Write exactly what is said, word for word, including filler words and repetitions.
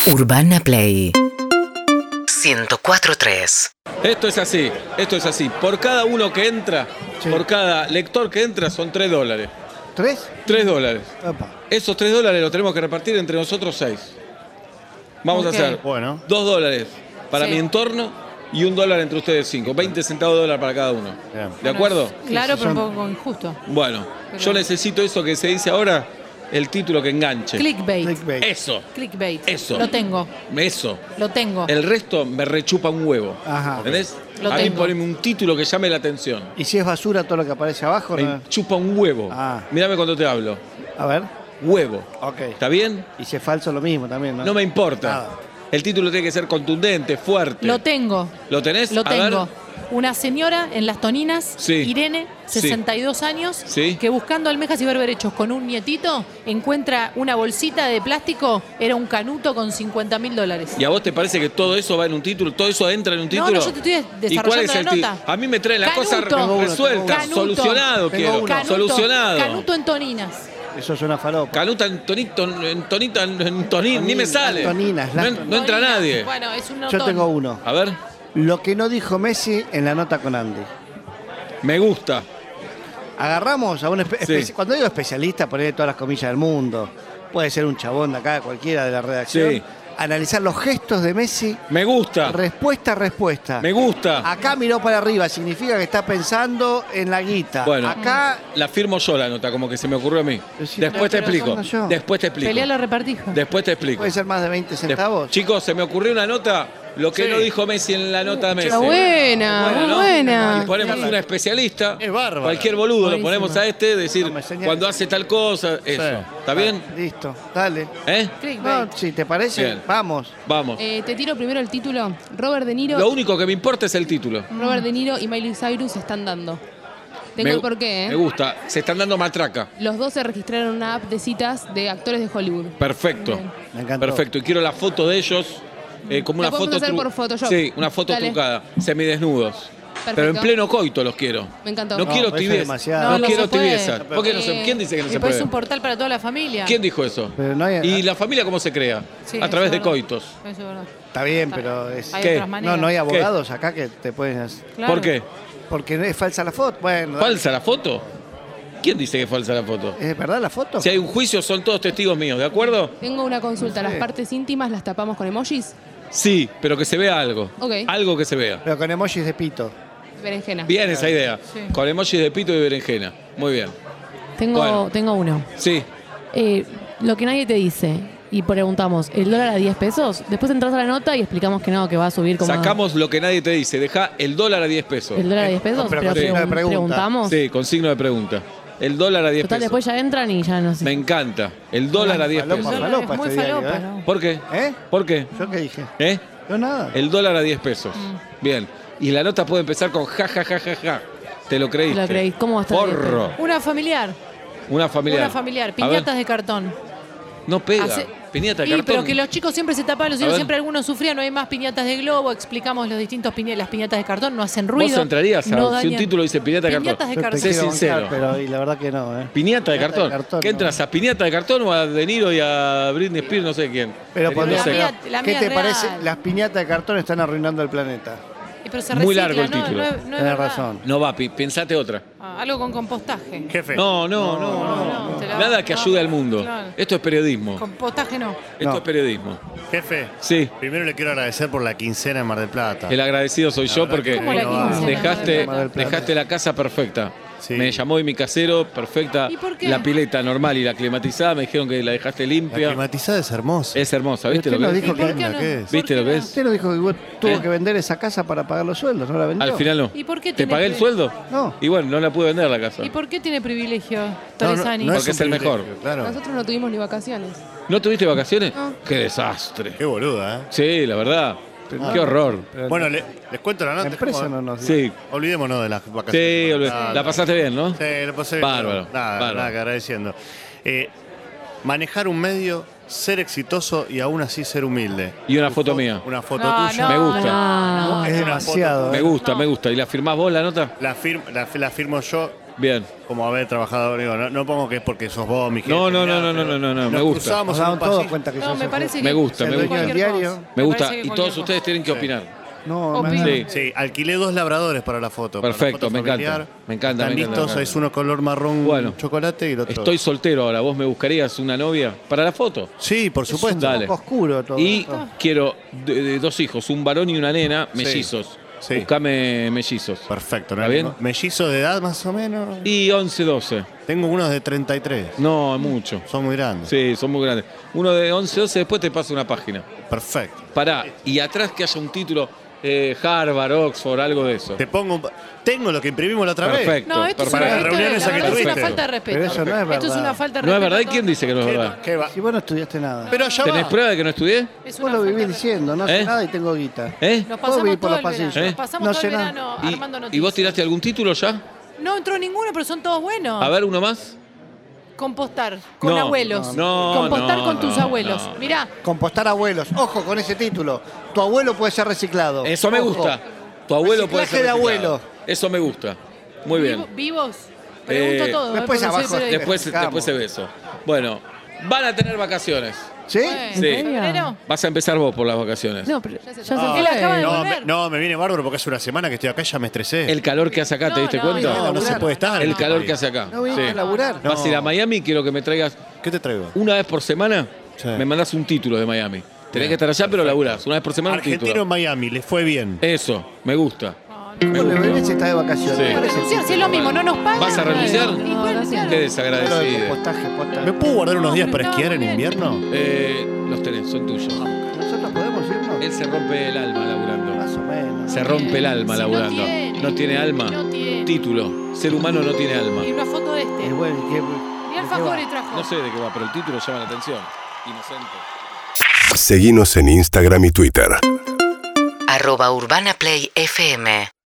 Urbana Play ciento cuatro punto tres. Esto es así, esto es así. Por cada uno que entra, sí. por cada lector que entra son tres dólares. ¿Tres? Tres dólares. Opa. Esos tres dólares los tenemos que repartir entre nosotros seis. Vamos okay. a hacer bueno. dos dólares para sí. mi entorno y un dólar entre ustedes cinco. veinte centavos de dólar para cada uno. Bien. ¿De acuerdo? Claro, pero un poco injusto. Bueno, pero... yo necesito eso que se dice ahora, el título que enganche. Clickbait. Clickbait. Eso. Clickbait. Eso. Lo tengo. Eso. Lo tengo. El resto me rechupa un huevo. Ajá. ¿Entendés? Lo a mí tengo. poneme un título que llame la atención. ¿Y si es basura todo lo que aparece abajo? Me ¿no? chupa un huevo. Ah. Mírame cuando te hablo. A ver. Huevo. Ok. ¿Está bien? Y si es falso lo mismo también, ¿no? No me importa. Nada. El título tiene que ser contundente, fuerte. Lo tengo. ¿Lo tenés? Lo A tengo. ver. Una señora en Las Toninas, Sí. Irene, sesenta y dos Sí. años, Sí. que buscando almejas y berberechos con un nietito, encuentra una bolsita de plástico, era un canuto con cincuenta mil dólares. ¿Y a vos te parece que todo eso va en un título? ¿Todo eso entra en un título? No, no, yo te estoy ¿Y cuál es desarrollando el la ti- nota. A mí me traen las cosas Canuto. re- resueltas, Canuto. solucionado Tengo quiero. uno. Canuto, Solucionado. Canuto en Toninas. Eso es una falopa. Canuta en tonito, en tonita, en tonín, ni me sale. Las toninas, las no, en- no entra Toninas. nadie. Bueno, es un Yo notón. tengo uno. A ver, Lo que no dijo Messi en la nota con Andy. me gusta. Agarramos a un espe- Sí. espe- cuando digo especialista, ponerle todas las comillas del mundo. Puede ser un chabón de acá, cualquiera de la redacción. Sí. Analizar los gestos de Messi, Me gusta. respuesta a respuesta. Me gusta. Acá miró para arriba, significa que está pensando en la guita. Bueno. Acá La firmo yo la nota, como que se me ocurrió a mí. Pero si Después no, te pero explico. somos yo. Después te explico. Pelea lo repartijo. Después te explico. puede ser más de veinte Des- centavos. Chicos, se me ocurrió una nota, lo que Sí. no dijo Messi en la nota de Messi. Está buena, Bueno, muy ¿no? buena. Y ponemos una especialista. Es bárbara. Cualquier boludo Buenísimo. lo ponemos a este, decir, No me señales. cuando hace tal cosa, eso. Sí. ¿Está bien? Listo, dale. ¿Eh? Clickbait. No, si te parece, Bien. vamos. Vamos. Eh, te tiro primero el título. Robert De Niro, Lo único que me importa es el título. Robert De Niro y Miley Cyrus se están dando. Tengo me, el porqué, Me ¿eh? gusta. Se están dando matraca. Los dos se registraron en una app de citas de actores de Hollywood. Perfecto. Bien. Me encantó. Perfecto. Y quiero la foto de ellos. eh, como La una podemos foto hacer tru- por Photoshop. Sí, una foto Dale. trucada. Semidesnudos. Perfecto. Pero en pleno coito los quiero. Me encantó. No, No, quiero eso es tibieza. demasiado. No, No, no quiero se puede. tibieza. ¿Por qué no se- Eh, ¿Quién dice que no se Después puede? es un portal para toda la familia. ¿Quién dijo eso? Pero no hay- ¿Y la familia cómo se crea? Sí, a eso través es de verdad. coitos. Eso es verdad. Está bien, pero es... Hay ¿Qué? otras maneras. No, no hay abogados acá que te pueden hacer. Claro. ¿Por qué? Porque es falsa la foto. Bueno, dale. ¿Falsa la foto? ¿Quién dice que es falsa la foto? ¿Es verdad la foto? Si hay un juicio, son todos testigos míos, ¿de acuerdo? Tengo una consulta. No sé. ¿Las partes íntimas las tapamos con emojis? Sí, pero que se vea algo. Ok. Algo que se vea. Pero con emojis de pito. Berenjena. Bien esa idea. Sí. Con emojis de pito y berenjena. Muy bien. Tengo, Bueno. tengo uno. Sí. Eh, lo que nadie te dice. Y preguntamos, ¿el dólar a diez pesos? Después entras a la nota y explicamos que no, que va a subir como... Sacamos lo que nadie te dice. Deja el dólar a diez pesos. ¿El dólar a diez pesos? Pero Pero, con signo de pregun- pregunta. preguntamos. Sí, con signo de pregunta. El dólar a diez Total, pesos. después ya entran y ya no sé. Me encanta. El dólar a diez Falopa, pesos. falopa Es muy este diario, falopa, ¿eh? ¿no? ¿Por qué? ¿Eh? ¿Por qué? ¿Yo qué dije? ¿Eh? Yo nada. El dólar a diez pesos. Bien. Y la nota puede empezar con ja, ja, ja, ja, ja. ¿Te lo creíste? Te lo creí. ¿Cómo va a estar Porro. Una familiar. Una familiar. Una familiar. A ver. Piñatas de cartón. No pega. Hace- Piñata de Sí, cartón. pero que los chicos siempre se tapaban los A oídos, ver. siempre algunos sufrían, no hay más piñatas de globo, explicamos los distintos piña- las piñatas de cartón, no hacen ruido. ¿Vos entrarías a, no si un dañan- título dice piñata de Piñatas cartón? de Yo te cartón. Sé quiero bancar, sincero. pero y la verdad que no, ¿eh? Piñata de Piñata cartón. de cartón, ¿Qué no. entras a Piñata de cartón o a De Niro y a Britney Spears? No sé quién. Pero De cuando Niro, La se... no sé. mía- la ¿Qué mía te es parece? real. Las piñatas de cartón están arruinando el planeta. Y pero se Muy recicla, largo el no, título. no es- no es Tenés verdad. razón. No va, pi- pensate otra. Ah, algo con compostaje. Jefe. No, no, no, no. no, no. te la- Nada que no, ayude al mundo. claro. Esto es periodismo. Compostaje no. Esto No. es periodismo. Jefe. Sí. Primero le quiero agradecer por la quincena en Mar del Plata. El agradecido soy yo verdad porque que ¿Cómo la no va. quincena? dejaste, Mar del Plata. dejaste la casa perfecta. Sí. Me llamó y mi casero, perfecta. ¿Y por qué? La pileta normal y la climatizada, me dijeron que la dejaste La limpia. climatizada es hermosa. Es hermosa, ¿viste Usted lo no que es? dijo ¿Y por que- qué no? ¿Qué es? ¿Por ¿Viste qué lo que no? es? Usted nos dijo que vos tuvo ¿Eh? que vender esa casa para pagar los sueldos, ¿no la vendió? Al final no. ¿Y por qué ¿Te tiene pagué el pri- sueldo? No. Y bueno, no la pude vender la casa. ¿Y por qué tiene privilegio No, Torresani? no, no Porque es un el mejor. privilegio, Claro. Nosotros no tuvimos ni vacaciones. ¿No tuviste vacaciones? No. Qué desastre. Qué boluda, ¿eh? Sí, la verdad. Pero Qué no. horror. Pero Bueno, le- les cuento la la nota. empresa ¿cómo? no nos Sí, Olvidémonos de las sí, vacaciones. olvidé. Nada, La pasaste bien, ¿no? Sí, lo pasé bien. Bárbaro, pero Nada, bárbaro. nada que agradeciendo. Eh, manejar un medio, ser exitoso y aún así ser humilde. Y una Tu foto fo- mía. Una foto No, tuya. Me gusta. No, Es Una demasiado. foto Me ¿eh? gusta, me gusta. ¿Y la firmás vos la nota? La, fir- la, la firmo yo Bien. Como haber trabajado, digo, no, no pongo que es porque sos vos, mi jefe. No, no, ni no, nada, no, no, pero no, no, me nos gusta. cruzamos Nos en un daban todos pasillo. cuenta que No, sos me el parece jefe. Me que- gusta, me Ser gusta. dueño del Cualquier diario. cosa. Me gusta. parece que Y todos cualquier ustedes cosa. tienen que opinar. No, me Opina. Sí. Sí, alquilé dos labradores para la foto. para la Perfecto, foto me encanta, familiar. me encanta, Están me encanta, listos, me encanta. es uno color marrón Bueno. chocolate y el otro. Estoy soltero ahora. ¿Vos me buscarías una novia para la foto? Sí, por supuesto. Dale. Un poco oscuro todo Y esto. quiero de- de dos hijos, un varón y una nena, mellizos. Sí. Buscame mellizos. Perfecto, ¿no? ¿Está bien? Mellizo de edad más o menos. Y once, doce. Tengo unos de treinta y tres. No, mucho. Son muy grandes. Sí, son muy grandes. Uno de once, doce, después te paso una página. Perfecto. Pará, y atrás que haya un título, eh, Harvard, Oxford, algo de eso. Te pongo. un- Tengo lo que imprimimos la otra Perfecto. No, esto es Para una, las esto reuniones es, esa la que verdad es una tuviste. falta de respeto. Pero eso no es Esto es verdad. una falta de ¿No es respeto. verdad? ¿Y quién dice que no es vez. verdad? ¿Qué va? Si vos no estudiaste nada. Pero ya ¿Tenés va. prueba de que no estudié? Es Vos una lo falta vivís de diciendo, no ¿Eh? sé nada y tengo guita. ¿Eh? Nos Vos pasamos vivís por todo los el pasillos. verano. ¿Eh? Nos pasamos No todo sé el nada. verano ¿Y, armando noticias. ¿Y vos tiraste algún título ya? No entró ninguno, pero son todos buenos. A ver, uno más. Compostar con No, abuelos. no, Compostar no, con tus no, abuelos. no. Mirá, Compostar abuelos. Ojo con ese título. Tu abuelo puede ser reciclado. Eso me Ojo. gusta. Tu abuelo puede Reciclaje ser de reciclado. abuelo. Eso me gusta. Muy bien. vivo- vivos. Pregunto Eh, todo. ¿eh? después porque soy abajo, periodista. Después, Explicamos. después se ve eso. Bueno, van a tener vacaciones. ¿Sí? Bueno, Sí. ¿en febrero? Vas a empezar vos por las vacaciones. No, pero ya se, No, Él acaba de no, volver. me, no, me viene bárbaro porque hace una semana que estoy acá y ya me estresé. El calor que hace acá, ¿te No, diste no, cuenta? no, no se puede estar. El no. calor que hace acá. No viniste Sí. a laburar. No. Vas a ir a Miami, quiero que me traigas ¿Qué te traigo? una vez por semana. Sí. Me mandás un título de Miami. Tenés Bien, que estar allá, pero laburás. Una vez por semana un Argentino título. en Miami, le fue bien. Eso, me gusta. Bueno, el bebé se está de vacaciones. Sí. Me parece Renunciar, si es lo mismo, no nos pagan. ¿Vas a renunciar? Y bueno, gracias. claro. Qué Lo desagradecido. del postaje, posta. ¿Me puedo guardar unos días para No, esquiar en muy bien. invierno? Eh, los tenés, son tuyos. ¿Nosotros podemos irnos? Él se rompe el alma laburando. Más o menos. Se rompe el alma Si no laburando. tiene. No tiene alma. No tiene. Título. Ser humano no tiene alma. Y una foto de este. Es bueno, ¿y qué- Mirá de qué alfajores va? trajo. No sé de qué va, pero el título llama la atención. Inocente. Seguinos en Instagram y Twitter. Arroba Urbana Play F M.